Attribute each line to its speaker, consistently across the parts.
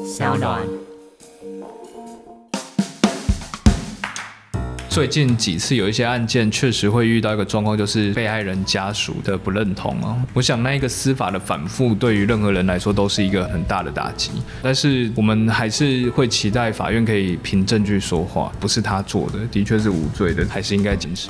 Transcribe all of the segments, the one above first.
Speaker 1: 小暖。
Speaker 2: 最近几次有一些案件确实会遇到一个状况，就是被害人家属的不认同啊。我想那一个司法的反复对于任何人来说都是一个很大的打击，但是我们还是会期待法院可以凭证据说话，不是他做的，的确是无罪的，还是应该检视。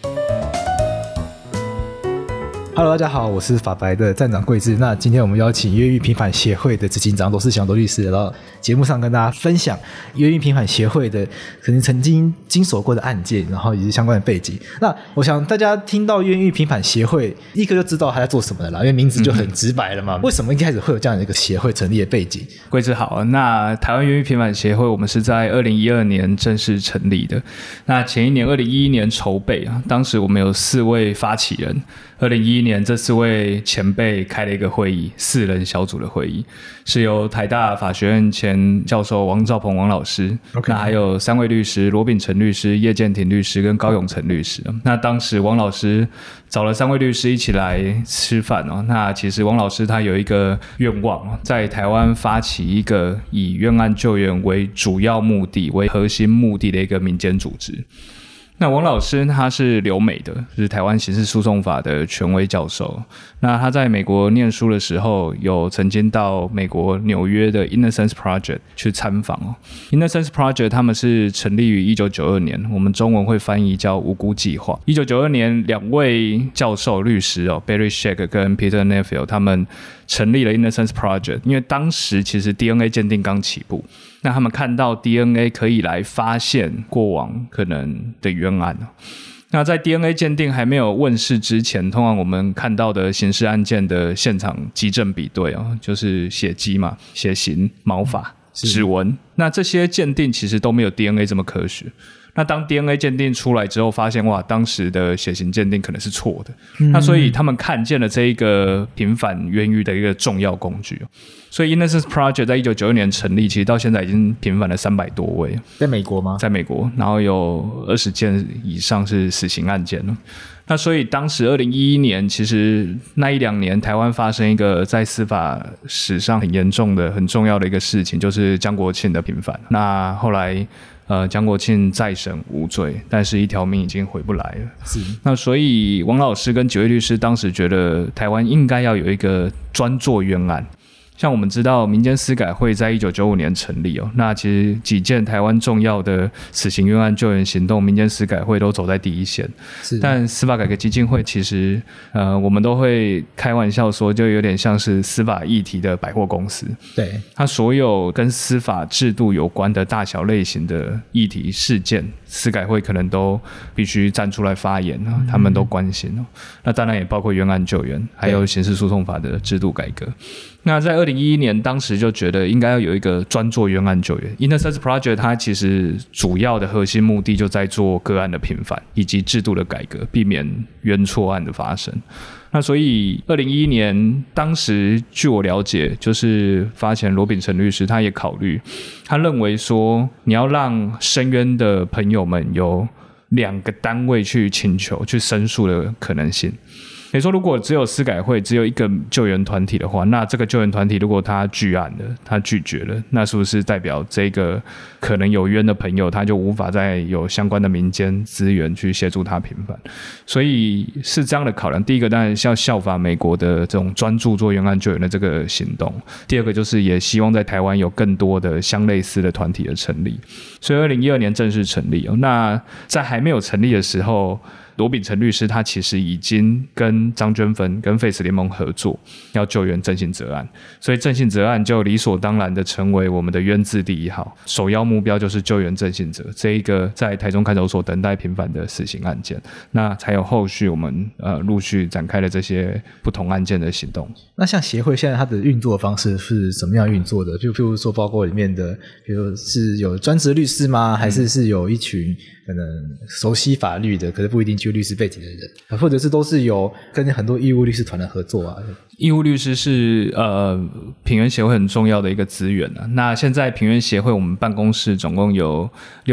Speaker 3: Hello， 大家好，我是法白的站长桂智。那今天我们邀请越狱平反协会的执行长罗世祥罗律师来到节目上跟大家分享越狱平反协会的可能曾经经手过的案件，然后以及相关的背景。那我想大家听到越狱平反协会，立刻就知道他在做什么的啦，因为名字就很直白了嘛。为什么一开始会有这样的一个协会成立的背景？
Speaker 2: 桂智好，那台湾越狱平反协会我们是在2012年正式成立的。那前一年2011年筹备啊，当时我们有4位发起人。2011年，这4位前辈开了一个会议，4人小组的会议，是由台大法学院前教授王兆鹏王老师，那还有3位律师，罗秉成律师、叶建廷律师跟高永成律师。那当时王老师找了3位律师一起来吃饭哦。那其实王老师他有一个愿望，在台湾发起一个以冤案救援为主要目的、为核心目的的一个民间组织。那王老师他是留美的，是台湾刑事诉讼法的权威教授。那他在美国念书的时候，有曾经到美国纽约的 Innocence Project 去参访哦。Innocence Project 他们是成立于1992年，我们中文会翻译叫无辜计划。1992年，2位教授律师哦 ，Barry Scheck 跟 Peter Neville 他们成立了 Innocence Project， 因为当时其实 DNA 鉴定刚起步。那他们看到 DNA 可以来发现过往可能的冤案。那在 DNA 鉴定还没有问世之前，通常我们看到的刑事案件的现场基证比对就是血迹嘛、血型、毛发、指纹。那这些鉴定其实都没有 DNA 这么科学。那当 DNA 鉴定出来之后，发现哇，当时的血型鉴定可能是错的。那所以他们看见了这一个平反冤狱的一个重要工具。所以 Innocence Project 在1992年成立，其实到现在已经平反了300多位。
Speaker 3: 在美国吗？
Speaker 2: 在美国，然后有20件以上是死刑案件了。那所以当时2011年，其实那1-2年，台湾发生一个在司法史上很严重的、很重要的一个事情，就是江国庆的平反。那后来江国庆再审无罪，但是一条命已经回不来了。是。那所以王老师跟几位律师当时觉得台湾应该要有一个专做冤案。像我们知道民间司改会在1995年成立哦，那其实几件台湾重要的死刑冤案救援行动，民间司改会都走在第一线。但司法改革基金会其实我们都会开玩笑说，就有点像是司法议题的百货公司。对，它所有跟司法制度有关的大小类型的议题事件，司改会可能都必须站出来发言，他们都关心。那当然也包括冤案救援，还有刑事诉讼法的制度改革。那在2011年，当时就觉得应该要有一个专做冤案救援。Innocence Project 它其实主要的核心目的就在做个案的平反以及制度的改革，避免冤错案的发生。那所以2011年，当时据我了解，就是发前罗秉成律师他也考虑，他认为说你要让申冤的朋友们有2个单位去请求、去申诉的可能性。比如说，如果只有司改会，只有一个救援团体的话，那这个救援团体如果他拒案了，他拒绝了，那是不是代表这个可能有冤的朋友，他就无法再有相关的民间资源去协助他平反？所以是这样的考量。第一个当然是要效法美国的这种专注做冤案救援的这个行动，第二个就是也希望在台湾有更多的相类似的团体的成立。所以2012年正式成立。那在还没有成立的时候，罗秉成律师他其实已经跟张娟芬跟废死联盟合作，要救援郑信哲案，所以郑信哲案就理所当然的成为我们的冤字第1号，首要目标就是救援郑信哲这一个在台中看守所等待平反的死刑案件，那才有后续我们陆续展开了这些不同案件的行动。
Speaker 3: 那像协会现在它的运作方式是什么样运作的？就譬如说包括里面的，比如是有专职律师吗？还是有一群可能熟悉法律的，可是不一定具有律师背景的人，或者是都是有跟很多义务律师团的合作啊？
Speaker 2: 义务律师是平冤协会很重要的一个资源啊。那现在平冤协会我们办公室总共有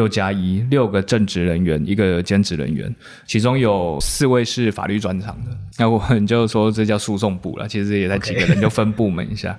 Speaker 2: 6+1， 6个正职人员，1个兼职人员，其中有4位是法律专长的。那我们就说这叫诉讼部啦，其实也在几个人就分部门一下。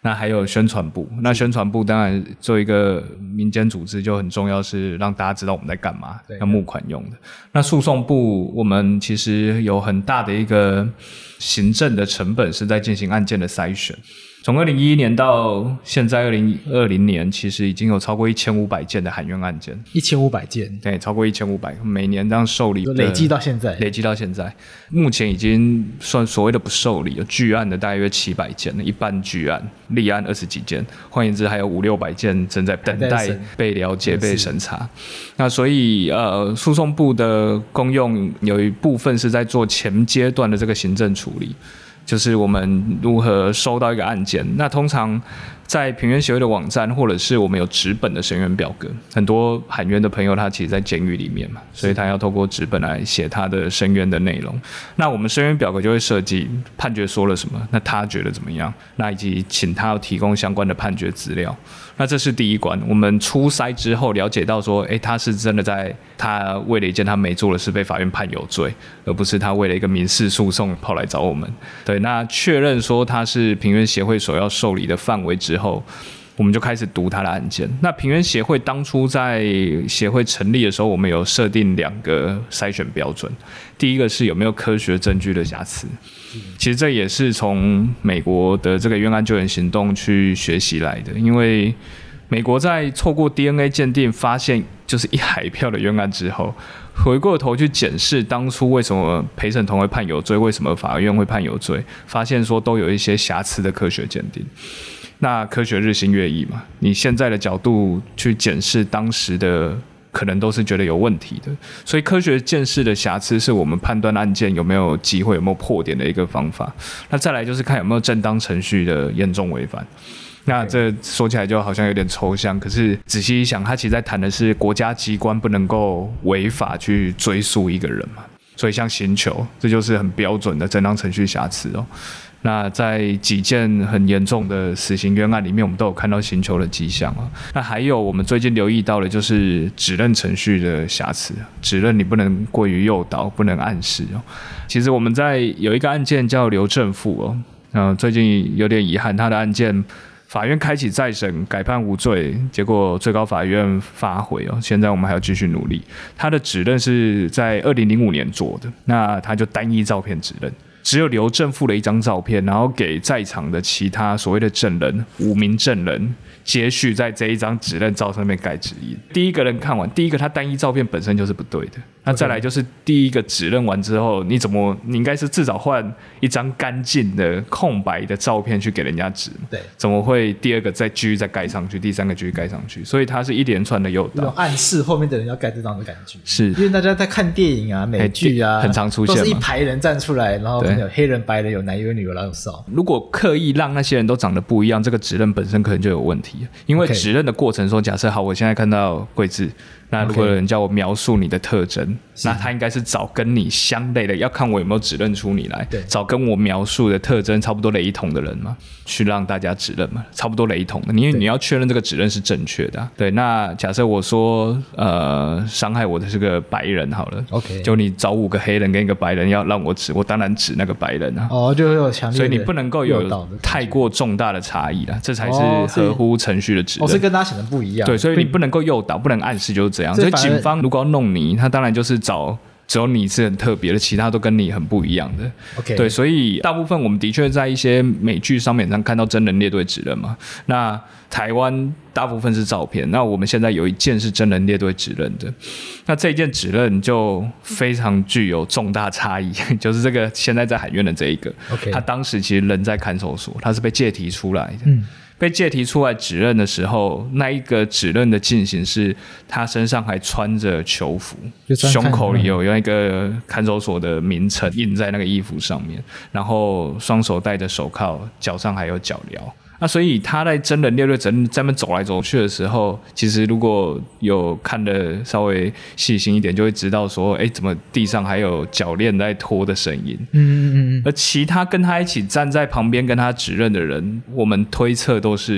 Speaker 2: 那还有宣传部，那宣传部当然做一个民间组织就很重要，是让大家知道我们在干嘛，要募款用的。那诉讼部我们其实有很大的一个行政的成本是在进行案件的筛选。从2011年到现在2020年，其实已经有超过1500件的喊冤案件。
Speaker 3: 1500件，
Speaker 2: 对，超过1500，每年这样受理的
Speaker 3: 累积到现在，
Speaker 2: 目前已经算所谓的不受理，有拒案的大约700件，一半拒案，立案20几件，换言之还有500-600件正在等待被了解、被审查。那所以诉讼部的功用有一部分是在做前阶段的这个行政处理。就是我们如何收到一个案件，那通常在平冤协会的网站，或者是我们有纸本的声冤表格，很多喊冤的朋友他其实在监狱里面嘛，所以他要透过纸本来写他的声冤的内容。那我们声冤表格就会设计判决说了什么，那他觉得怎么样，那以及请他要提供相关的判决资料。那这是第一关，我们初筛之后了解到说，他是真的他为了一件他没做的事被法院判有罪，而不是他为了一个民事诉讼跑来找我们。对，那确认说他是平冤协会所要受理的范围之后，我们就开始读他的案件。那平冤协会当初在协会成立的时候，我们有设定2个筛选标准。第一个是有没有科学证据的瑕疵，其实这也是从美国的这个冤案救援行动去学习来的，因为美国在透过 DNA 鉴定发现就是一海票的冤案之后，回过头去检视当初为什么陪审团会判有罪，为什么法院会判有罪，发现说都有一些瑕疵的科学鉴定。那科学日新月异嘛，你现在的角度去检视当时的可能都是觉得有问题的，所以科学鉴识的瑕疵是我们判断案件有没有机会、有没有破点的一个方法。那再来就是看有没有正当程序的严重违反。那这说起来就好像有点抽象，可是仔细一想，它其实在谈的是国家机关不能够违法去追诉一个人嘛。所以像刑求，这就是很标准的正当程序瑕疵哦。那在几件很严重的死刑冤案里面，我们都有看到刑求的迹象啊。那还有我们最近留意到的就是指认程序的瑕疵，指认你不能过于诱导，不能暗示哦。其实我们在有一个案件叫刘正富哦，最近有点遗憾，他的案件法院开启再审，改判无罪，结果最高法院发回哦。现在我们还要继续努力。他的指认是在2005年做的，那他就单一照片指认。只有刘正富的一张照片，然后给在场的其他所谓的证人5名证人接续在这一张指认照上面盖指印。第一个人看完，第一个他单一照片本身就是不对的，那再来就是第一个指认完之后，你应该是至少换一张干净的空白的照片去给人家指，
Speaker 3: 对，
Speaker 2: 怎么会第二个再继续再盖上去，第三个继续盖上去？所以它是一连串的诱导，
Speaker 3: 有暗示后面的人要盖这张的感觉。
Speaker 2: 是
Speaker 3: 因为大家在看电影啊、美剧啊，
Speaker 2: 很常出现嘛，
Speaker 3: 都是一排人站出来，然后有黑人、白人，有男有女，有老有少。
Speaker 2: 如果刻意让那些人都长得不一样，这个指认本身可能就有问题。因为指认的过程说，假设好，我现在看到桂智，那如果有人叫我描述你的特征，那他应该是找跟你相类的，要看我有没有指认出你来，找跟我描述的特征差不多雷同的人嘛，去让大家指认嘛，差不多雷同的，因为你要确认这个指认是正确的对，那假设我说伤害我的是个白人好了
Speaker 3: ，OK，
Speaker 2: 就你找5个黑人跟一个白人要让我指，我当然指那个白人啊。
Speaker 3: 哦，就会有强烈的，
Speaker 2: 所以你不能够有太过重大的差异啦，这才是合乎程序的指认。
Speaker 3: 是跟大家想的不一样。
Speaker 2: 对，所以你不能够诱导，不能暗示，就是这样。所以警方如果要弄你，他当然就是找只有你是很特别的，其他都跟你很不一样的。
Speaker 3: Okay.
Speaker 2: 对，所以大部分我们的确在一些美剧上面上看到真人列队指认嘛。那台湾大部分是照片，那我们现在有一件是真人列队指认的。那这一件指认就非常具有重大差异，就是这个现在在喊冤的这一个，
Speaker 3: Okay.
Speaker 2: 他当时其实人在看守所，他是被借提出来的。被借提出来指认的时候，那一个指认的进行是他身上还穿着囚服，胸口里有一个看守所的名称印在那个衣服上面，然后双手戴着手铐，脚上还有脚镣。那所以他在真人列队在那边走来走去的时候，其实如果有看的稍微细心一点，就会知道说，怎么地上还有脚链在拖的声音。而其他跟他一起站在旁边跟他指认的人，我们推测都是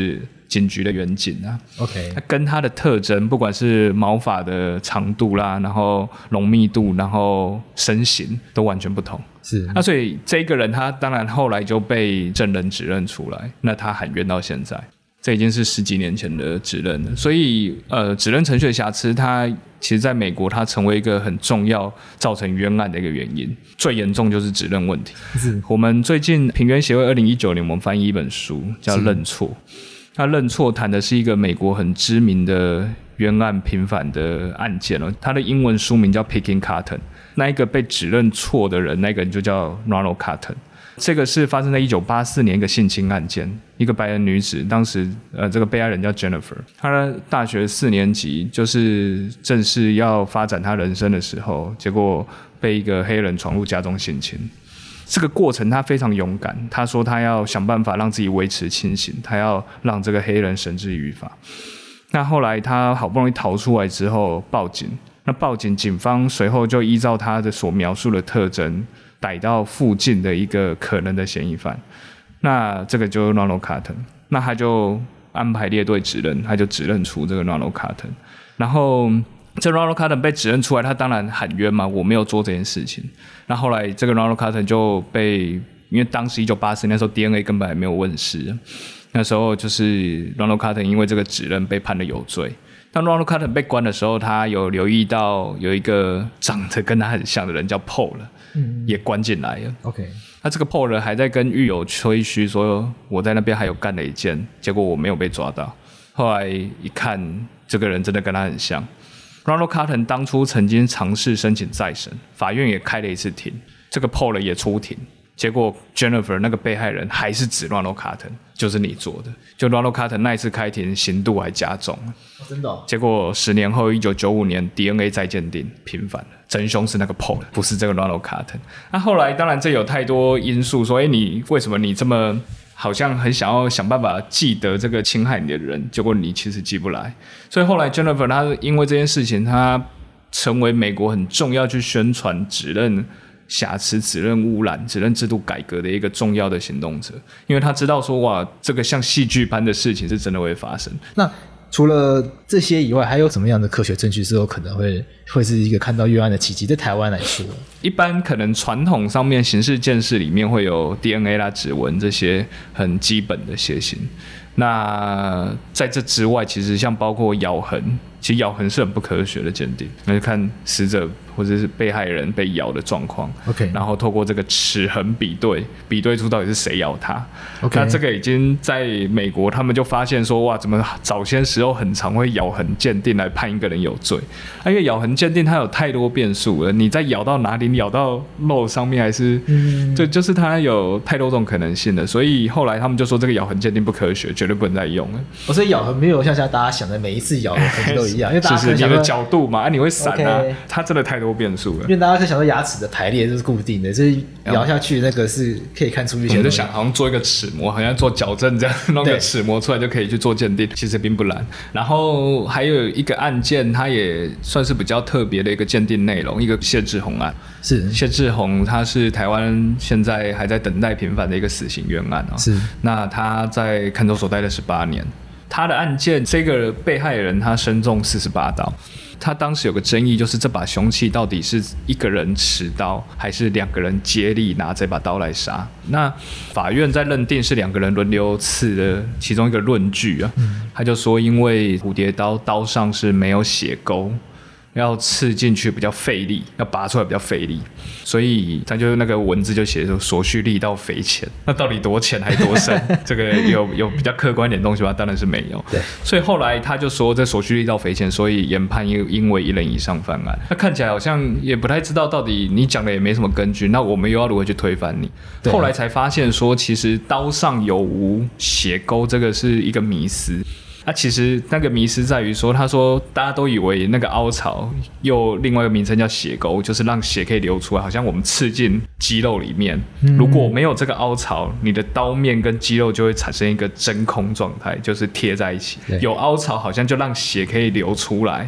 Speaker 2: 警局的员警啊。
Speaker 3: OK，
Speaker 2: 它跟它的特征，不管是毛发的长度啦，然后浓密度，然后身形都完全不同。
Speaker 3: 是，
Speaker 2: 那所以这个人他当然后来就被证人指认出来，那他喊冤到现在。这已经是10几年前的指认了，所以指认程序的瑕疵，它其实在美国它成为一个很重要造成冤案的一个原因，最严重就是指认问题。我们最近平冤协会2019年我们翻译一本书叫《认错》，那认错谈的是一个美国很知名的冤案平反的案件哦，它的英文书名叫 Picking Cotton， 那一个被指认错的人，那个人就叫 Ronald Cotton。这个是发生在1984年一个性侵案件，一个白人女子，当时这个被害人叫 Jennifer， 她大学4年级就是正式要发展她人生的时候，结果被一个黑人闯入家中性侵。这个过程她非常勇敢，她说她要想办法让自己维持清醒，她要让这个黑人绳之于法。那后来她好不容易逃出来之后报警，那报警警方随后就依照她的所描述的特征逮到附近的一个可能的嫌疑犯，那这个就是 Ronald Cotton， 那他就安排列队指认，他就指认出这个 Ronald Cotton， 然后这 Ronald Cotton 被指认出来，他当然喊冤嘛，我没有做这件事情。那后来这个 Ronald Cotton 就被，因为当时1984那时候 DNA 根本还没有问世，那时候就是 Ronald Cotton 因为这个指认被判了有罪。当 Ronald Cotton 被关的时候，他有留意到有一个长得跟他很像的人叫 Paul，也关进来了。
Speaker 3: OK，
Speaker 2: 那这个 Paul 还在跟狱友吹嘘说，我在那边还有干了一件，结果我没有被抓到。后来一看，这个人真的跟他很像。Ronald Cotton 当初曾经尝试申请再审，法院也开了一次庭，这个 Paul 也出庭。结果 Jennifer 那个被害人还是指 Ronald Cotton， 就是你做的。就 Ronald Cotton 那一次开庭刑度还加重了，
Speaker 3: 真的哦。
Speaker 2: 结果10年后1995年 DNA 再鉴定平反了，真凶是那个 Paul， 不是这个 Ronald Cotton。那后来当然这有太多因素说，你为什么你这么好像很想要想办法记得这个侵害你的人，结果你其实记不来。所以后来 Jennifer 她因为这件事情，她成为美国很重要去宣传指认瑕疵、指认污染、指认制度改革的一个重要的行动者，因为他知道说，哇，这个像戏剧般的事情是真的会发生。
Speaker 3: 那除了这些以外，还有什么样的科学证据是有可能会是一个看到冤案的契机？在台湾来说，
Speaker 2: 一般可能传统上面刑事鉴识里面会有 DNA 啦、指纹这些很基本的血型。那在这之外，其实像包括咬痕，其实咬痕是很不科学的鉴定，那就看死者或者是被害人被咬的状况
Speaker 3: ，OK，
Speaker 2: 然后透过这个齿痕比对出到底是谁咬他。
Speaker 3: OK，
Speaker 2: 那这个已经在美国，他们就发现说，哇，怎么早些时候很常会咬痕鉴定来判一个人有罪？因为咬痕鉴定它有太多变数了，你在咬到哪里？你咬到肉上面还是？对，就是它有太多种可能性了。所以后来他们就说这个咬痕鉴定不科学，绝对不能再用了。
Speaker 3: 所以咬痕没有像大家想的每一次咬的痕都一样，因为大家
Speaker 2: 是你的角度嘛，你会闪啊，
Speaker 3: okay，
Speaker 2: 它真的太多变数了。
Speaker 3: 因为大家可以想说牙齿的排列就是固定的，就是咬下去那个是可以看出一些。
Speaker 2: 我们就想好像做一个齿模，好像做矫正这样，弄个齿模出来就可以去做鉴定，其实并不难。然后还有一个案件，它也算是比较特别的一个鉴定内容，一个谢志宏案。
Speaker 3: 是
Speaker 2: 谢志宏，他是台湾现在还在等待平反的一个死刑冤案哦。
Speaker 3: 是，
Speaker 2: 那他在看守所待了18年。他的案件，这个被害人他身中48刀，他当时有个争议，就是这把凶器到底是一个人持刀，还是2个人接力拿这把刀来杀？那法院在认定是2个人轮流刺的其中一个论据啊，他就说，因为蝴蝶刀刀上是没有血钩，要刺进去比较费力，要拔出来比较费力，所以他就那个文字就写说所需力道匪浅。那到底多浅还多深？这个有比较客观一点东西吗？当然是没有。
Speaker 3: 对，
Speaker 2: 所以后来他就说这所需力道匪浅，所以研判因为1人以上犯案。那看起来好像也不太知道到底你讲的也没什么根据，那我们又要如何去推翻你？后来才发现说，其实刀上有无血钩这个是一个迷思。其实那个迷思在于说，他说大家都以为那个凹槽又另外一个名称叫血沟，就是让血可以流出来，好像我们刺进肌肉里面，如果没有这个凹槽，你的刀面跟肌肉就会产生一个真空状态，就是贴在一起。有凹槽好像就让血可以流出来。
Speaker 3: 对，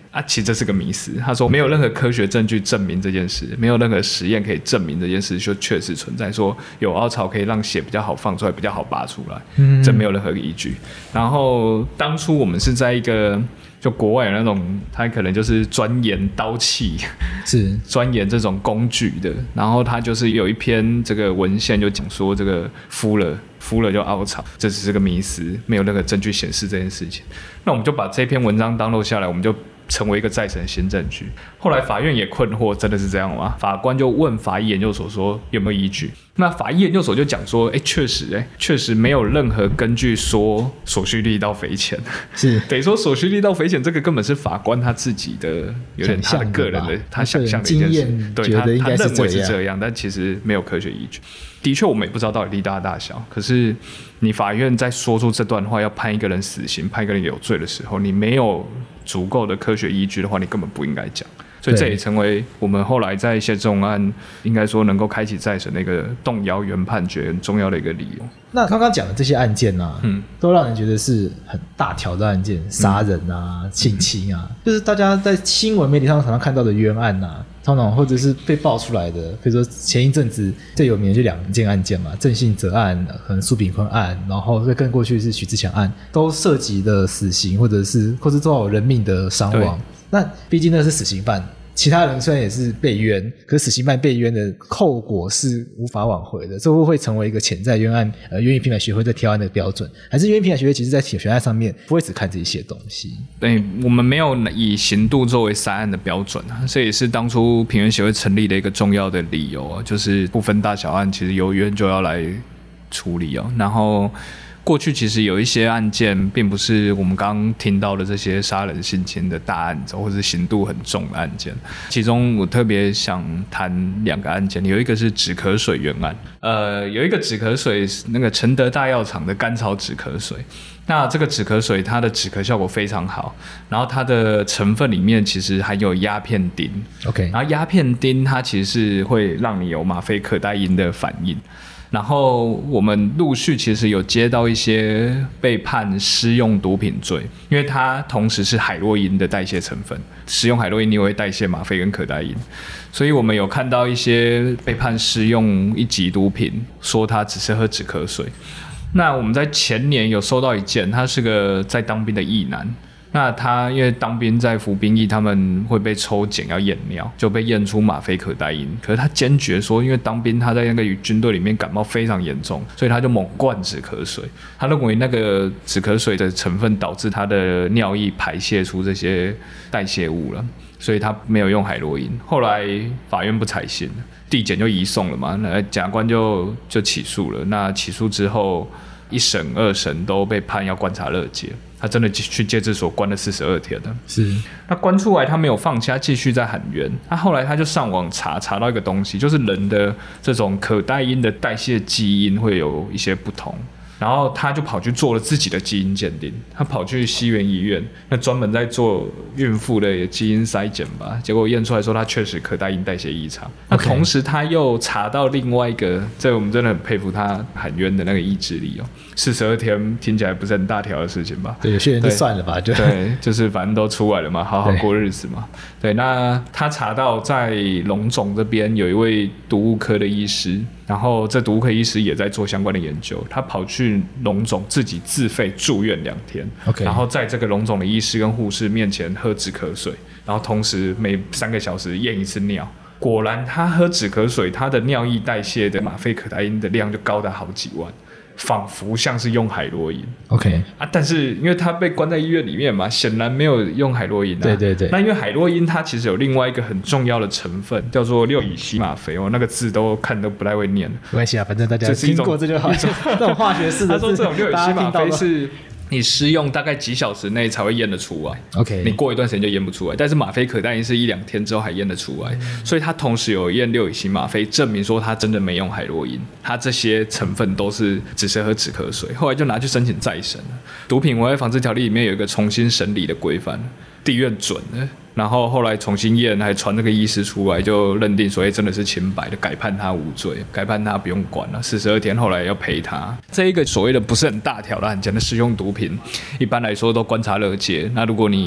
Speaker 2: 其实这是个迷思。他说没有任何科学证据证明这件事，没有任何实验可以证明这件事就确实存在，说有凹槽可以让血比较好放出来，比较好拔出来，这没有任何依据。然后当初我们是在一个就国外有那种，他可能就是钻研刀器，是钻研这种工具的。然后他就是有一篇这个文献就讲说，这个敷了就凹槽，这只是个迷思，没有任何证据显示这件事情。那我们就把这篇文章download下来，我们就成为一个再审新证据。后来法院也困惑，真的是这样吗？法官就问法医研究所说有没有依据。那法医研究所就讲说，确实没有任何根据说索绪力道匪浅，是等于说索绪力道匪浅这个根本是法官他自己的有点他的个人的他想象的一件事，对他认为是这样，但其实没有科学依据。的确我们也不知道到底力道的大小，可是你法院在说出这段话要判一个人死刑判一个人有罪的时候，你没有足够的科学依据的话，你根本不应该讲。所以这也成为我们后来在一些这种案应该说能够开启再审的一个动摇原判决很重要的一个理由。
Speaker 3: 那刚刚讲的这些案件啊，都让人觉得是很大条的案件，杀人啊、性侵啊，就是大家在新闻媒体上常常看到的冤案啊，通常或者是被爆出来的，比如说前一阵子最有名的就2件案件嘛，郑信哲案、可能苏炳坤案，然后再更过去是许志强案，都涉及的死刑或是多少人命的伤亡。那毕竟那是死刑犯，其他人虽然也是被冤，可是死刑犯被冤的后果是无法挽回的，这会成为一个潜在冤案冤狱评判协会在挑案的标准，还是冤狱评判协会其实在选案上面不会只看这些东西？
Speaker 2: 对，我们没有以刑度作为杀案的标准啊，这也是当初评冤协会成立的一个重要的理由啊，就是不分大小案，其实有冤就要来处理哦。然后过去其实有一些案件并不是我们刚刚听到的这些杀人性侵的大案子，或是刑度很重的案件。其中我特别想谈2个案件，有一个是止咳水冤案，有一个止咳水那个承德大药厂的甘草止咳水。那这个止咳水它的止咳效果非常好，然后它的成分里面其实含有鸦片酊 ，OK， 然后鸦片酊它其实是会让你有吗啡可待因的反应。然后我们陆续其实有接到一些被判施用毒品罪，因为它同时是海洛因的代谢成分，使用海洛因你会代谢吗啡跟可待因，所以我们有看到一些被判施用1级毒品，说他只是喝止咳水。那我们在前年有收到一件，他是个在当兵的役男。那他因为当兵在服兵役，他们会被抽检要验尿，就被验出吗啡可待因。可是他坚决说，因为当兵他在那个军队里面感冒非常严重，所以他就猛灌止咳水。他认为那个止咳水的成分导致他的尿液排泄出这些代谢物了，所以他没有用海洛因。后来法院不采信，地检就移送了嘛，那检察官就起诉了。那起诉之后，1审、2审都被判要观察勒戒。他真的去戒治所关了42天了。是，那关出来他没有放弃，他继续在喊冤。他后来他就上网查到一个东西，就是人的这种可待因的代谢基因会有一些不同。然后他就跑去做了自己的基因鉴定，他跑去西园医院，那专门在做孕妇的基因筛检吧，结果验出来说他确实可待因代谢异常。那同时他又查到另外一个，这我们真的很佩服他喊冤的那个意志力哦。42天听起来不是很大条的事情吧？
Speaker 3: 对，有些人就算了吧，
Speaker 2: 对，就是反正都出来了嘛，好好过日子嘛。对，那他查到在龙总这边有一位毒物科的医师。然后这毒物科医师也在做相关的研究，他跑去龙总自己自费住院2天，然后在这个龙总的医师跟护士面前喝止咳水，然后同时每3个小时验1次尿。果然他喝止咳水，他的尿液代谢的吗啡可待因的量就高达好几万，仿佛像是用海洛因。OK 啊，但是因为他被关在医院里面嘛，显然没有用海洛因啊。对对对。那因为海洛因它其实有另外一个很重要的成分，叫做6乙烯吗啡哦，那个字看都不太会念。
Speaker 3: 没关系啊，反正大家听过这就好。这种化学式的字，
Speaker 2: 他说这种6乙烯吗啡是你施用大概几小时内才会验得出来 ，OK， 你过一段时间就验不出来。但是吗啡可待因是1-2天之后还验得出来，所以他同时有验6乙烯吗啡，证明说他真的没用海洛因，他这些成分都是只适合止咳水。后来就拿去申请再审了。毒品危害防治条例里面有一个重新审理的规范，地院准了。然后后来重新验，还传那个医师出来，就认定说真的是清白的，改判他无罪，改判他不用管了。42天后来要赔他。这一个所谓的不是很大条的案件的使用毒品，一般来说都观察勒戒。那如果你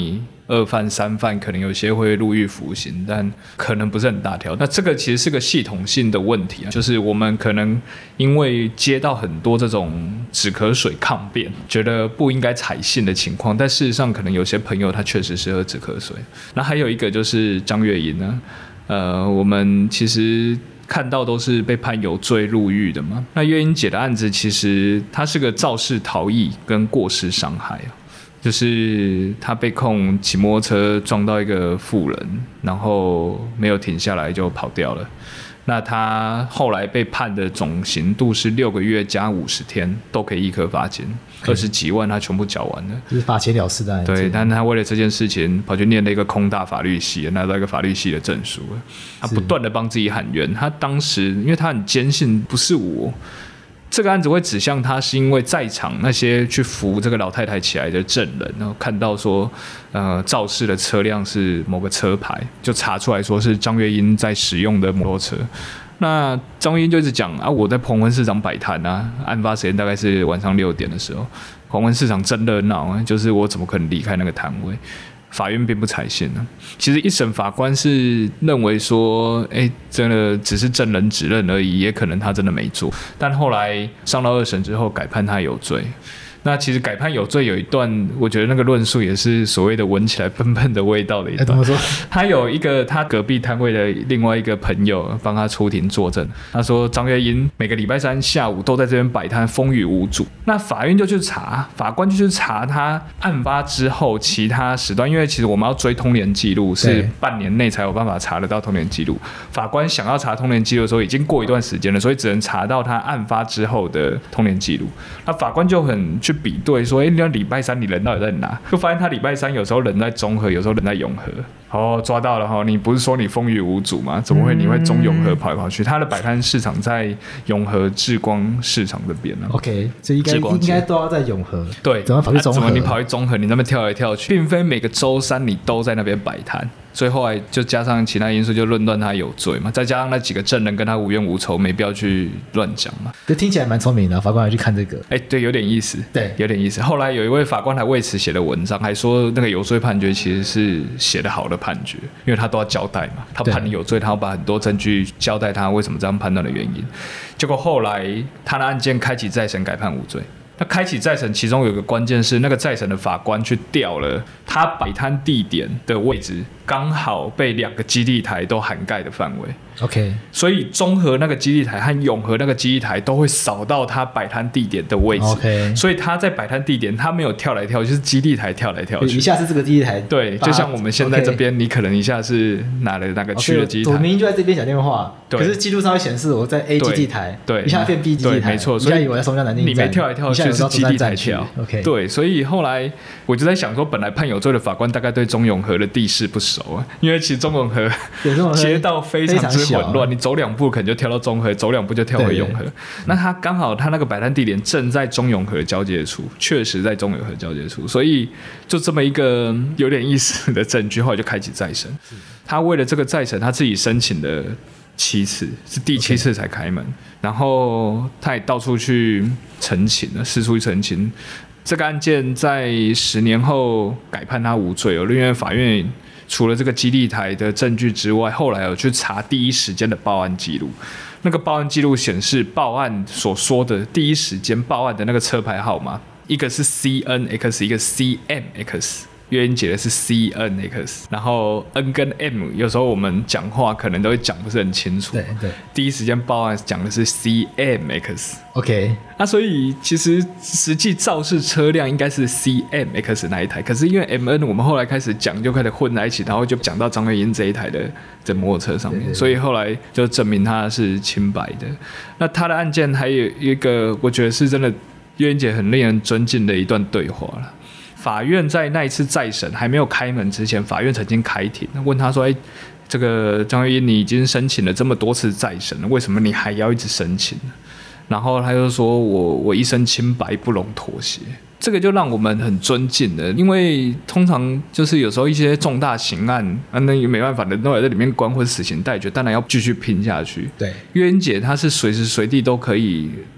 Speaker 2: 2犯3犯可能有些会入狱服刑，但可能不是很大条。那这个其实是个系统性的问题啊，就是我们可能因为接到很多这种止咳水抗辩，觉得不应该采信的情况，但事实上可能有些朋友他确实是喝止咳水。那还有一个就是张月英呢，我们其实看到都是被判有罪入狱的嘛。那月英姐的案子其实她是个肇事逃逸跟过失伤害啊，就是她被控骑摩托车撞到一个妇人，然后没有停下来就跑掉了。那她后来被判的总刑度是6个月加50天，都可以1颗罚金，20几万她全部缴完了，
Speaker 3: 就是罚钱了事的。
Speaker 2: 对，但她为了这件事情跑去念了一个空大法律系，拿到一个法律系的证书。她不断的帮自己喊冤。她当时因为她很坚信不是我。这个案子会指向他，是因为在场那些去扶这个老太太起来的证人，然后看到说，肇事的车辆是某个车牌，就查出来说是张月英在使用的摩托车。那张月英就一直讲啊，我在彭文市场摆摊啊，案发时间大概是晚上6点的时候，彭文市场真热闹啊，就是我怎么可能离开那个摊位？法院并不采信呢。其实一审法官是认为说，真的只是证人指认而已，也可能他真的没做。但后来上到2审之后，改判他有罪。那其实改判有罪有一段，我觉得那个论述也是所谓的闻起来喷喷的味道的一段。
Speaker 3: 怎么说？
Speaker 2: 他有一个他隔壁摊位的另外一个朋友帮他出庭作证，他说张月英每个礼拜3下午都在这边摆摊，风雨无阻。那法院就去查，法官就去查他案发之后其他时段，因为其实我们要追通联记录，是半年内才有办法查得到通联记录。法官想要查通联记录的时候，已经过一段时间了，所以只能查到他案发之后的通联记录。那法官就很去比对说，那礼拜3你人到底在哪？就发现他礼拜3有时候人在中和，有时候人在永和。哦，抓到了哈！你不是说你风雨无阻吗？怎么会你会中永和跑来跑去？他的摆摊市场在永和志光市场这边呢。
Speaker 3: OK， 所以应该都要在永和。
Speaker 2: 对，
Speaker 3: 怎么跑去中和？
Speaker 2: 怎么你跑去中和？你那边跳来跳去，并非每个周3你都在那边摆摊。所以后来就加上其他因素，就论断他有罪嘛。再加上那几个证人跟他无冤无仇，没必要去乱讲嘛。
Speaker 3: 这听起来蛮聪明的，法官还去看这个。
Speaker 2: 对，有点意思。
Speaker 3: 对，
Speaker 2: 有点意思。后来有一位法官还为此写了文章，还说那个有罪判决其实是写得好的判决，因为他都要交代嘛。他判你有罪，他要把很多证据交代他为什么这样判断的原因。结果后来他的案件开启再审，改判无罪。那开启再审，其中有一个关键是那个再审的法官去调了他摆摊地点的位置，刚好被2个基地台都涵盖的范围。
Speaker 3: OK，
Speaker 2: 所以中和那个基地台和永和那个基地台都会扫到他摆摊地点的位置。
Speaker 3: OK，
Speaker 2: 所以他在摆摊地点，他没有跳来跳去，就是基地台跳来跳去。
Speaker 3: 一下是这个基地台，
Speaker 2: 对，就像我们现在这边，你可能一下是哪个区的基地台，
Speaker 3: 我明明就在这边讲电话，
Speaker 2: 可
Speaker 3: 是记录上会显示我在 A 基地台，
Speaker 2: 对，
Speaker 3: 一下变 B 基地台，
Speaker 2: 没错，所以
Speaker 3: 我在松江南京站，
Speaker 2: 你没跳来跳去是基地台跳。
Speaker 3: OK，
Speaker 2: 对，所以后来我就在想说，本来判有罪的法官大概对中永和的地势不熟啊，因为其实中永和街道非常之混乱，你走2步可能就跳到中和，走2步就跳回永和。那他刚好他那个摆摊地点正在中永和交界处，确实在中永和交界处，所以就这么一个有点意思的证据，后来就开启再审。他为了这个再审，他自己申请了7次，是第7次才开门。然后他也到处去陈情了，四处去陈情。这个案件在10年后改判他无罪因为法院除了这个基地台的证据之外，后来有去查第一时间的报案记录。那个报案记录显示，报案所说的第一时间报案的那个车牌号码，一个是 CNX， 一个 CMX。月英姐的是 CNX， 然后 N 跟 M 有时候我们讲话可能都会讲不是很清楚。
Speaker 3: 对，
Speaker 2: 第一时间报案讲的是 CMX。OK， 那所以其实实际肇事车辆应该是 CMX 那一台，可是因为 MN 我们后来开始讲就开始混在一起，然后就讲到张月英这一台的摩托车上面，所以后来就证明他是清白的。那他的案件还有一个我觉得是真的月英姐很令人尊敬的一段对话了。法院在那一次再审还没有开门之前，法院曾经开庭，问他说：“这个张月英，你已经申请了这么多次再审了，为什么你还要一直申请？”然后他就说：“我一生清白，不容妥协。”这个就让我们很尊敬的，因为通常就是有时候一些重大刑案，那也没办法，人都在里面关或者死刑待决，当然要继续拼下去。
Speaker 3: 对，
Speaker 2: 月英姐她是随时随地都可以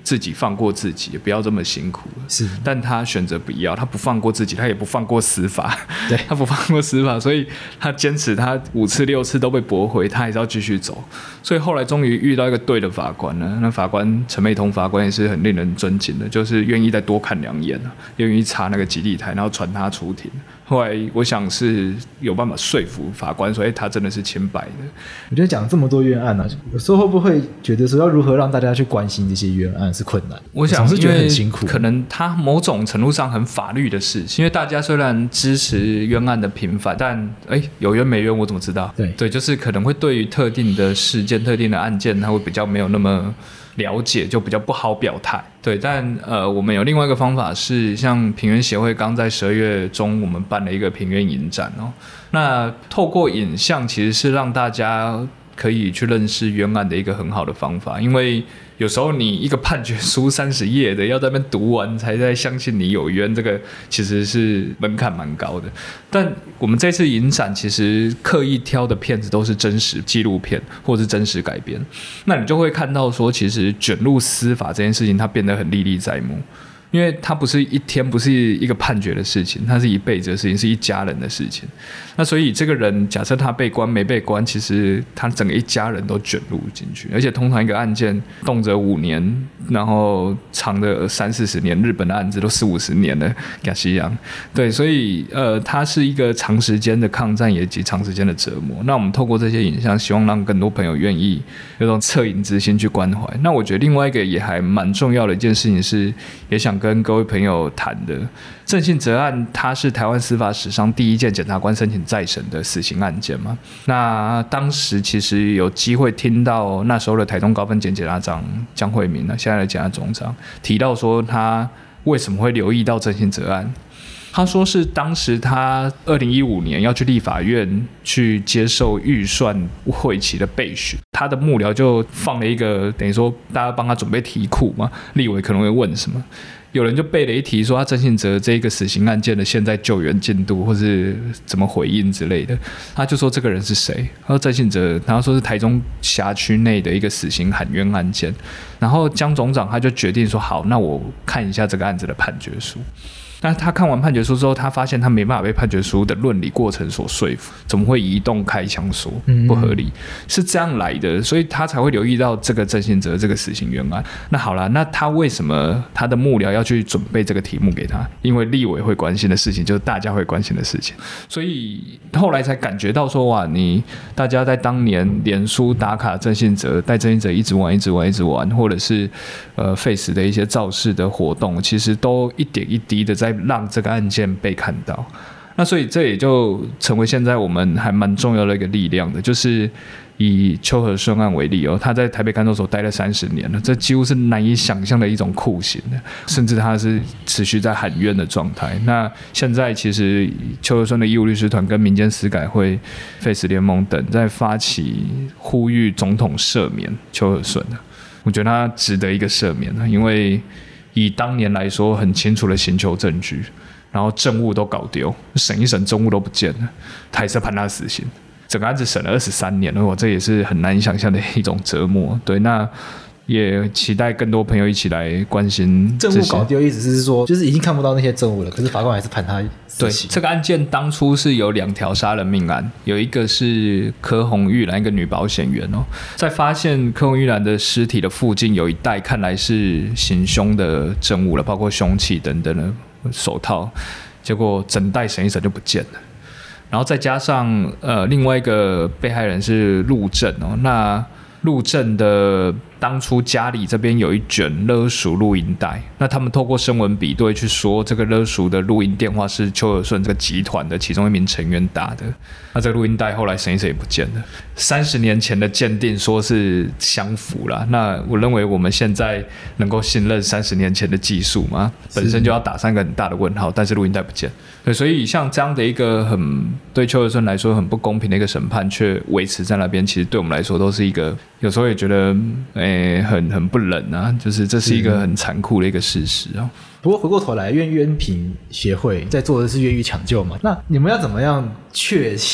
Speaker 2: 自己放过自己，也不要这么辛苦了。
Speaker 3: 是，
Speaker 2: 但他选择不要，他不放过自己，他也不放过司法，
Speaker 3: 对，
Speaker 2: 他不放过司法，所以他坚持，他5次6次都被驳回，他还是要继续走。所以后来终于遇到一个对的法官了，那法官陈美彤法官也是很令人尊敬的，就是愿意再多看2眼，愿意查那个基地台，然后传他出庭。后来我想是有办法说服法官说，他真的是清白的。
Speaker 3: 我觉得讲这么多冤案啊，有时候会不会觉得说要如何让大家去关心这些冤案是困难？
Speaker 2: 我想
Speaker 3: 是觉得很辛苦，
Speaker 2: 可能他某种程度上很法律的事情，因为大家虽然支持冤案的平反，但有冤没冤我怎么知道？对，就是可能会对于特定的事件、特定的案件，他会比较没有那么了解，就比较不好表态。对，但我们有另外一个方法是，像平冤协会刚在12月中，我们办了一个平冤影展哦。那透过影像，其实是让大家可以去认识冤案的一个很好的方法，因为有时候你一个判决书30页的，要在那边读完才在相信你有冤，这个其实是门槛蛮高的。但我们这次影展其实刻意挑的片子都是真实纪录片或是真实改编，那你就会看到说，其实卷入司法这件事情，它变得很历历在目。因为它不是一天，不是一个判决的事情，它是一辈子的事情，是一家人的事情。那所以这个人假设他被关没被关，其实他整个一家人都卷入进去，而且通常一个案件动辄5年，然后长的30-40年，日本的案子都40-50年了，亚西洋。对，所以它是一个长时间的抗战，以及长时间的折磨。那我们透过这些影像，希望让更多朋友愿意有种恻隐之心去关怀。那我觉得另外一个也还蛮重要的一件事情是，也想跟各位朋友谈的郑信哲案，它是台湾司法史上第一件检察官申请再审的死刑案件嘛。那当时其实有机会听到那时候的台中高分检察长江惠民，现在的检察总长提到说，他为什么会留意到郑信哲案。他说是当时他2015年要去立法院去接受预算会期的备询，他的幕僚就放了一个等于说大家帮他准备题库嘛，立委可能会问什么，有人就背了一题说他郑信哲这个死刑案件的现在救援进度或是怎么回应之类的，他就说这个人是谁，他说郑信哲，然后说是台中辖区内的一个死刑喊冤案件，然后江总长他就决定说好，那我看一下这个案子的判决书。但他看完判决书之后，他发现他没办法被判决书的论理过程所说服，怎么会移动开枪说不合理，是这样来的，所以他才会留意到这个郑信哲这个死刑冤案。那好了，那他为什么他的幕僚要去准备这个题目给他？因为立委会关心的事情就是大家会关心的事情，所以后来才感觉到说，哇，大家在当年脸书打卡郑信哲，带郑信哲一直玩，或者是Face 的一些造势的活动，其实都一点一滴的在让这个案件被看到。那所以这也就成为现在我们还蛮重要的一个力量的，就是以邱和顺案为例他在台北看守所待了30年了，这几乎是难以想象的一种酷刑，甚至他是持续在喊冤的状态。那现在其实邱和顺的义务律师团跟民间司改会、Face 联盟等在发起呼吁总统赦免邱和顺，我觉得他值得一个赦免，因为以当年来说很清楚的刑求证据，然后证物都搞丢，审一审证物都不见了，他还是判他死刑，整个案子审了23年了，这也是很难以想象的一种折磨。对，那也期待更多朋友一起来关心
Speaker 3: 证物搞丢，意思是说就是已经看不到那些证物了，可是法官还是判他死刑。
Speaker 2: 对，这个案件当初是有2条杀人命案，有一个是柯洪玉兰，一个女保险员在发现柯洪玉兰的尸体的附近有一袋看来是行凶的证物了，包括凶器等等的手套，结果整袋审一审就不见了。然后再加上另外一个被害人是陆正那陆正的当初家里这边有一卷勒赎录音带，那他们透过声纹比对去说，这个勒赎的录音电话是邱和顺这个集团的其中一名成员打的。那这个录音带后来审一审也不见了。30年前的鉴定说是相符啦，那我认为我们现在能够信任30年前的技术吗？本身就要打3个很大的问号，但是录音带不见。对，所以像这样的一个对邱和顺来说很不公平的一个审判，却维持在那边，其实对我们来说都是一个，有时候也觉得很不忍啊，就是这是一个很残酷的一个事实
Speaker 3: 不过回过头来，冤评协会在做的是冤狱抢救嘛，那你们要怎么样确信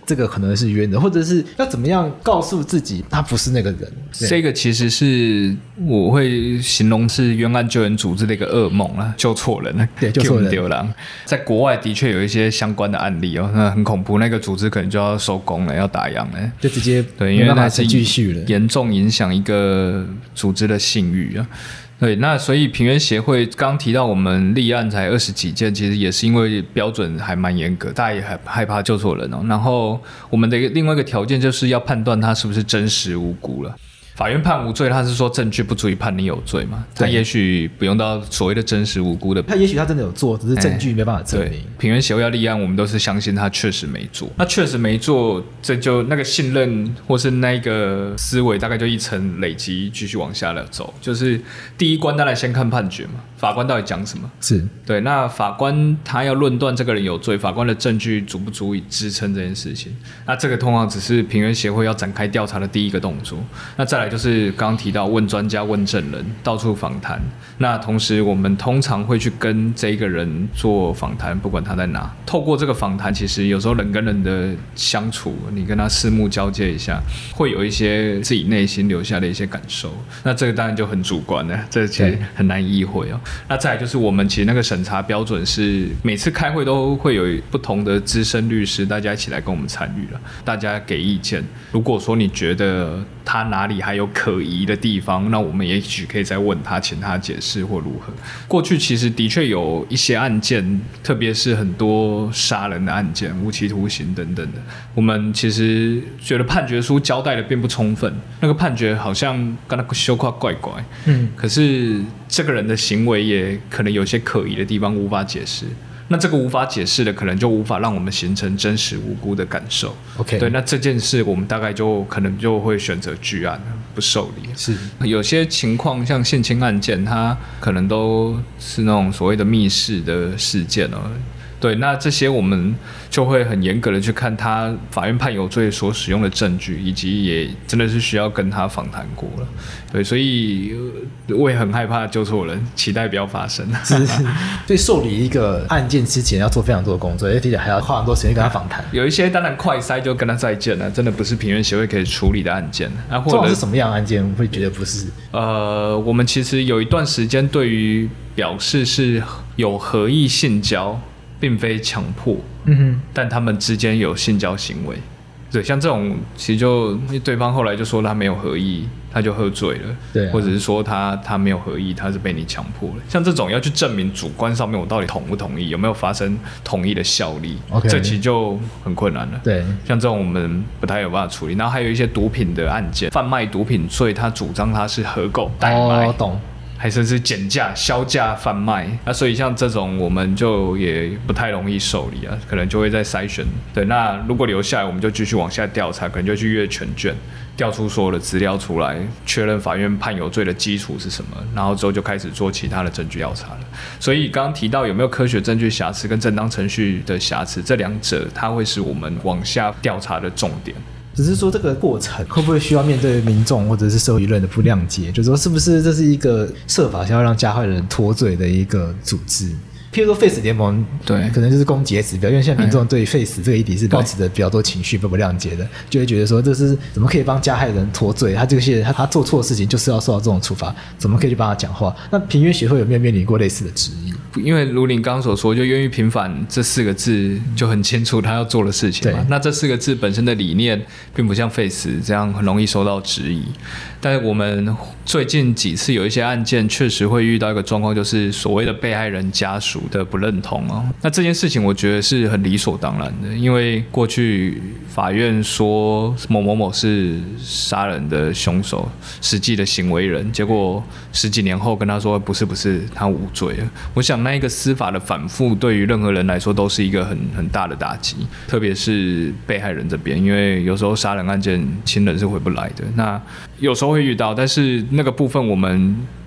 Speaker 3: 这个可能是冤的，或者是要怎么样告诉自己他不是那个人？
Speaker 2: 这个其实是我会形容是冤案救援组织的一个噩梦啦，救错人了，
Speaker 3: 对，救错人。
Speaker 2: 丢狼，在国外的确有一些相关的案例哦，那很恐怖，那个组织可能就要收工了，要打烊了，
Speaker 3: 就直接
Speaker 2: 对，因为那是
Speaker 3: 继续了，
Speaker 2: 严重影响一个组织的信誉啊。对，那所以平冤协会刚刚提到我们立案才20几件，其实也是因为标准还蛮严格，大家也很害怕救错人哦。然后我们的另外一个条件就是要判断他是不是真实无辜了。法院判无罪，他是说证据不足以判你有罪嘛？他也许不用到所谓的真实无辜的，
Speaker 3: 他也许他真的有做，只是证据没办法证明。
Speaker 2: 平冤协会要立案，我们都是相信他确实没做。那确实没做，这就那个信任或是那个思维，大概就一层累积，继续往下了走。就是第一关当然先看判决嘛，法官到底讲什么？
Speaker 3: 是
Speaker 2: 对。那法官他要论断这个人有罪，法官的证据足不足以支撑这件事情？那这个通常只是平冤协会要展开调查的第一个动作。那再来就是刚刚提到问专家、问证人，到处访谈。那同时我们通常会去跟这个人做访谈，不管他在哪。透过这个访谈，其实有时候人跟人的相处，你跟他四目交接一下，会有一些自己内心留下的一些感受。那这个当然就很主观了，这其实很难意会哦。那再来就是我们其实那个审查标准是每次开会都会有不同的资深律师，大家一起来跟我们参与了，大家给意见。如果说你觉得他哪里还有可疑的地方，那我们也许可以再问他，请他解释或如何。过去其实的确有一些案件，特别是很多杀人的案件、无期徒刑等等的，我们其实觉得判决书交代的并不充分，那个判决好像跟他修夸怪怪，可是这个人的行为也可能有些可疑的地方无法解释。那这个无法解释的，可能就无法让我们形成真实无辜的感受。
Speaker 3: OK，
Speaker 2: 对，那这件事我们大概就可能就会选择据案，不受理。
Speaker 3: 是
Speaker 2: 有些情况，像性侵案件，它可能都是那种所谓的密室的事件哦。对，那这些我们就会很严格的去看他法院判有罪所使用的证据，以及也真的是需要跟他访谈过了。对，所以我也很害怕救错人，期待不要发生。
Speaker 3: 是，所以受理一个案件之前要做非常多的工作，而且还要花很多时间跟他访谈。
Speaker 2: 有一些当然快筛就跟他再见了，真的不是平冤协会可以处理的案件。
Speaker 3: 或者是什么样的案件会觉得不是？
Speaker 2: 我们其实有一段时间对于表示是有合意性交，并非强迫，但他们之间有性交行为。对，像这种其实就对方后来就说他没有合意，他就喝醉了，
Speaker 3: 对、
Speaker 2: 或者是说他没有合意，他是被你强迫了。像这种要去证明主观上面我到底同不同意，有没有发生同意的效力，
Speaker 3: okay，
Speaker 2: 这其实就很困难了。
Speaker 3: 对，
Speaker 2: 像这种我们不太有办法处理。然后还有一些毒品的案件，贩卖毒品罪，他主张他是合购代卖，
Speaker 3: 懂。
Speaker 2: 还甚至减价、销价贩卖，那所以像这种我们就也不太容易受理啊，可能就会在筛选。对，那如果留下来，我们就继续往下调查，可能就去阅全卷，调出所有的资料出来，确认法院判有罪的基础是什么，然后之后就开始做其他的证据调查了。所以刚刚提到有没有科学证据瑕疵跟正当程序的瑕疵，这两者它会是我们往下调查的重点。
Speaker 3: 只是说这个过程会不会需要面对民众或者是社会舆论的不谅解，就是说是不是这是一个设法想要让加害人脱罪的一个组织。譬如说 Face 联盟，对，可能就是攻击的指标，因为现在民众对 Face 这个议题是保持着比较多情绪不谅解的，就会觉得说这是怎么可以帮加害人脱罪？他这些他做错事情就是要受到这种处罚，怎么可以去帮他讲话？那平冤协会有没有面临过类似的质疑？
Speaker 2: 因为如您刚刚所说，就冤狱平反这4个字就很清楚他要做的事情嘛。那这4个字本身的理念，并不像 Face 这样很容易受到质疑。但是我们最近几次有一些案件，确实会遇到一个状况，就是所谓的被害人家属的不认同哦。那这件事情我觉得是很理所当然的，因为过去法院说某某某是杀人的凶手，实际的行为人，结果10几年后跟他说不是，他无罪了。我想那一个司法的反复，对于任何人来说都是一个很大的打击，特别是被害人这边，因为有时候杀人案件亲人是回不来的，那有时候会遇到，但是那个部分我们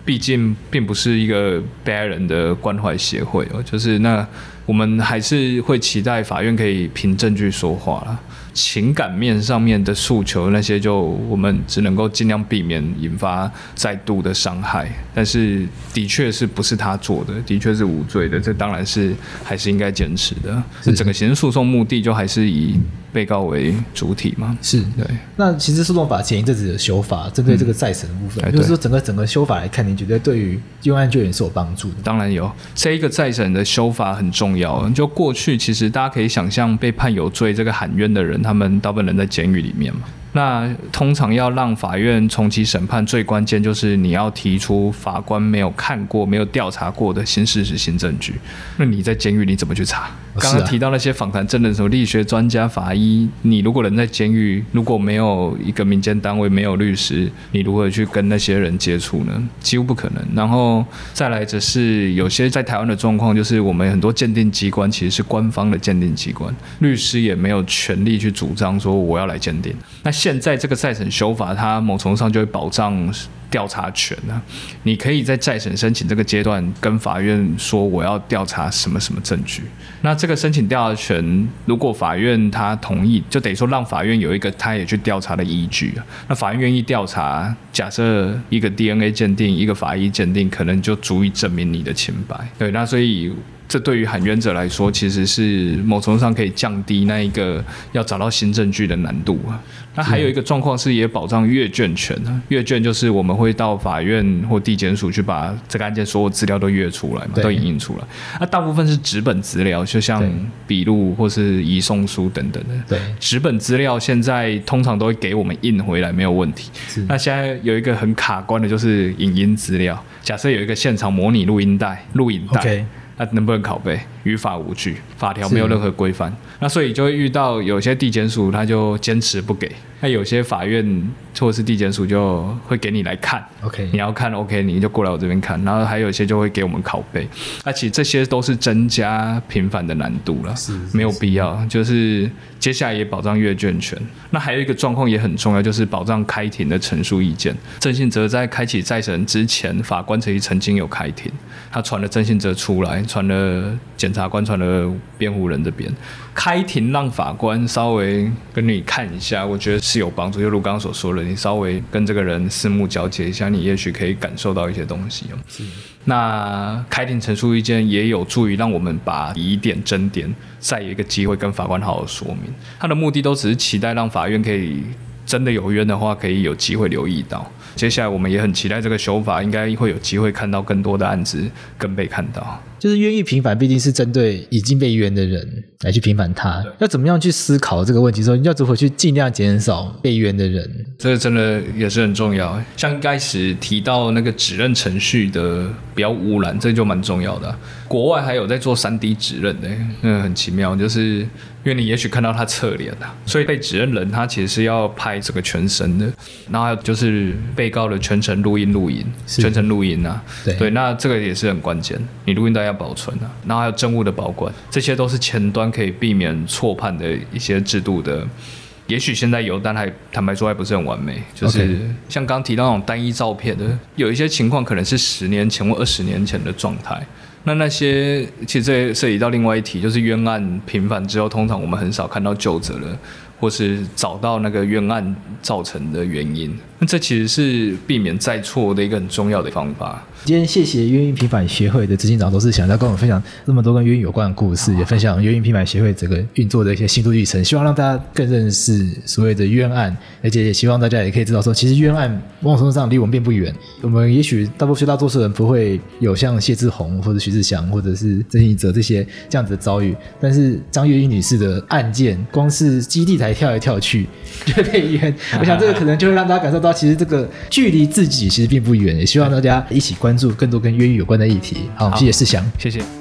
Speaker 2: 毕竟并不是一个被害人的关怀协会就是那我们还是会期待法院可以凭证据说话啦。情感面上面的诉求那些就我们只能够尽量避免引发再度的伤害，但是的确是不是他做的，的确是无罪的，这当然是还是应该坚持的。整个刑事诉讼目的就还是以被告为主体嘛。
Speaker 3: 是，
Speaker 2: 对。
Speaker 3: 那刑事诉讼法前一阵子的修法，针对这个再审的部分，就是说整个修法来看，你觉得对于冤案救援是有帮助的？
Speaker 2: 当然有，这一个再审的修法很重要。就过去其实大家可以想象，被判有罪这个喊冤的人，他们大部分人在监狱里面嘛。那通常要让法院重启审判，最关键就是你要提出法官没有看过、没有调查过的新事实、新证据。那你在监狱你怎么去查？刚刚提到那些访谈证人，什么力学专家、法医，你如果人在监狱，如果没有一个民间单位、没有律师，你如何去跟那些人接触呢？几乎不可能。然后再来则是有些在台湾的状况，就是我们很多鉴定机关其实是官方的鉴定机关，律师也没有权利去主张说我要来鉴定。那现在这个再审修法，它某程度上就会保障调查权啊，你可以在再审申请这个阶段跟法院说我要调查什么什么证据。那这个申请调查权，如果法院他同意，就等于说让法院有一个他也去调查的依据啊。那法院愿意调查，假设一个 DNA 鉴定，一个法医鉴定，可能就足以证明你的清白。对，那所以这对于喊冤者来说，其实是某程度上可以降低那一个要找到新证据的难度啊。那还有一个状况是也保障阅卷权啊，阅卷就是我们会到法院或地检署去把这个案件所有资料都阅出来嘛，都影印出来。那大部分是纸本资料，就像笔录或是移送书等等的。对，纸本资料现在通常都会给我们印回来，没有问题。那现在有一个很卡关的就是影音资料，假设有一个现场模拟录影带，那能不能拷贝？于法无据，法条没有任何规范。那所以就会遇到有些地检署他就坚持不给，那有些法院或是地检署就会给你来看。OK， 你要看 OK， 你就过来我这边看。然后还有一些就会给我们拷贝。那其实这些都是增加平反的难度了，没有必要。就是接下来也保障阅卷权。那还有一个状况也很重要，就是保障开庭的陈述意见。郑信哲在开启再审之前，法官曾经有开庭，他传了郑信哲出来，传了检察官，传了辩护人这边。开庭让法官稍微跟你看一下，我觉得是有帮助。就如刚刚所说的，你稍微跟这个人四目交接一下，你也许可以感受到一些东西。那开庭陈述意见也有助于让我们把疑点争点再有一个机会跟法官好好说明。他的目的都只是期待让法院可以真的有冤的话，可以有机会留意到。接下来我们也很期待这个修法应该会有机会看到更多的案子更被看到。
Speaker 3: 就是冤狱平反毕竟是针对已经被冤的人来去平反他，要怎么样去思考这个问题的时候，要如何去尽量减少被冤的人，
Speaker 2: 这个真的也是很重要。像一开始提到那个指认程序的不要污染，这就蛮重要的。国外还有在做 3D 指认的，很奇妙，就是因为你也许看到他侧脸啊，所以被指认人他其实是要拍这个全身的。然后还有就是被告的全程录音全程录音啊，对，那这个也是很关键，你录音带要保存啊，然后还有证物的保管，这些都是前端可以避免错判的一些制度的。也许现在有，但还坦白说还不是很完美。就是像刚提到那种单一照片的，有一些情况可能是10年前或20年前的状态。那些其实这涉及到另外一题，就是冤案平反之后，通常我们很少看到究责了，或是找到那个冤案造成的原因。那这其实是避免再错的一个很重要的方法。
Speaker 3: 今天谢谢冤狱平反协会的执行长董事祥要跟我们分享这么多跟冤狱有关的故事，也分享冤狱平反协会整个运作的一些心路历程，希望让大家更认识所谓的冤案，而且也希望大家也可以知道说，其实冤案某种程度上离我们并不远。我们也许大多数人不会有像谢志宏或者徐志祥或者是郑信哲这样子的遭遇，但是张月英女士的案件，光是基地台跳来跳去就被冤，我想这个可能就会让大家感受到，其实这个距离自己其实并不远。也希望大家一起关注更多跟冤狱有关的议题。好，谢谢世祥，
Speaker 2: 谢谢。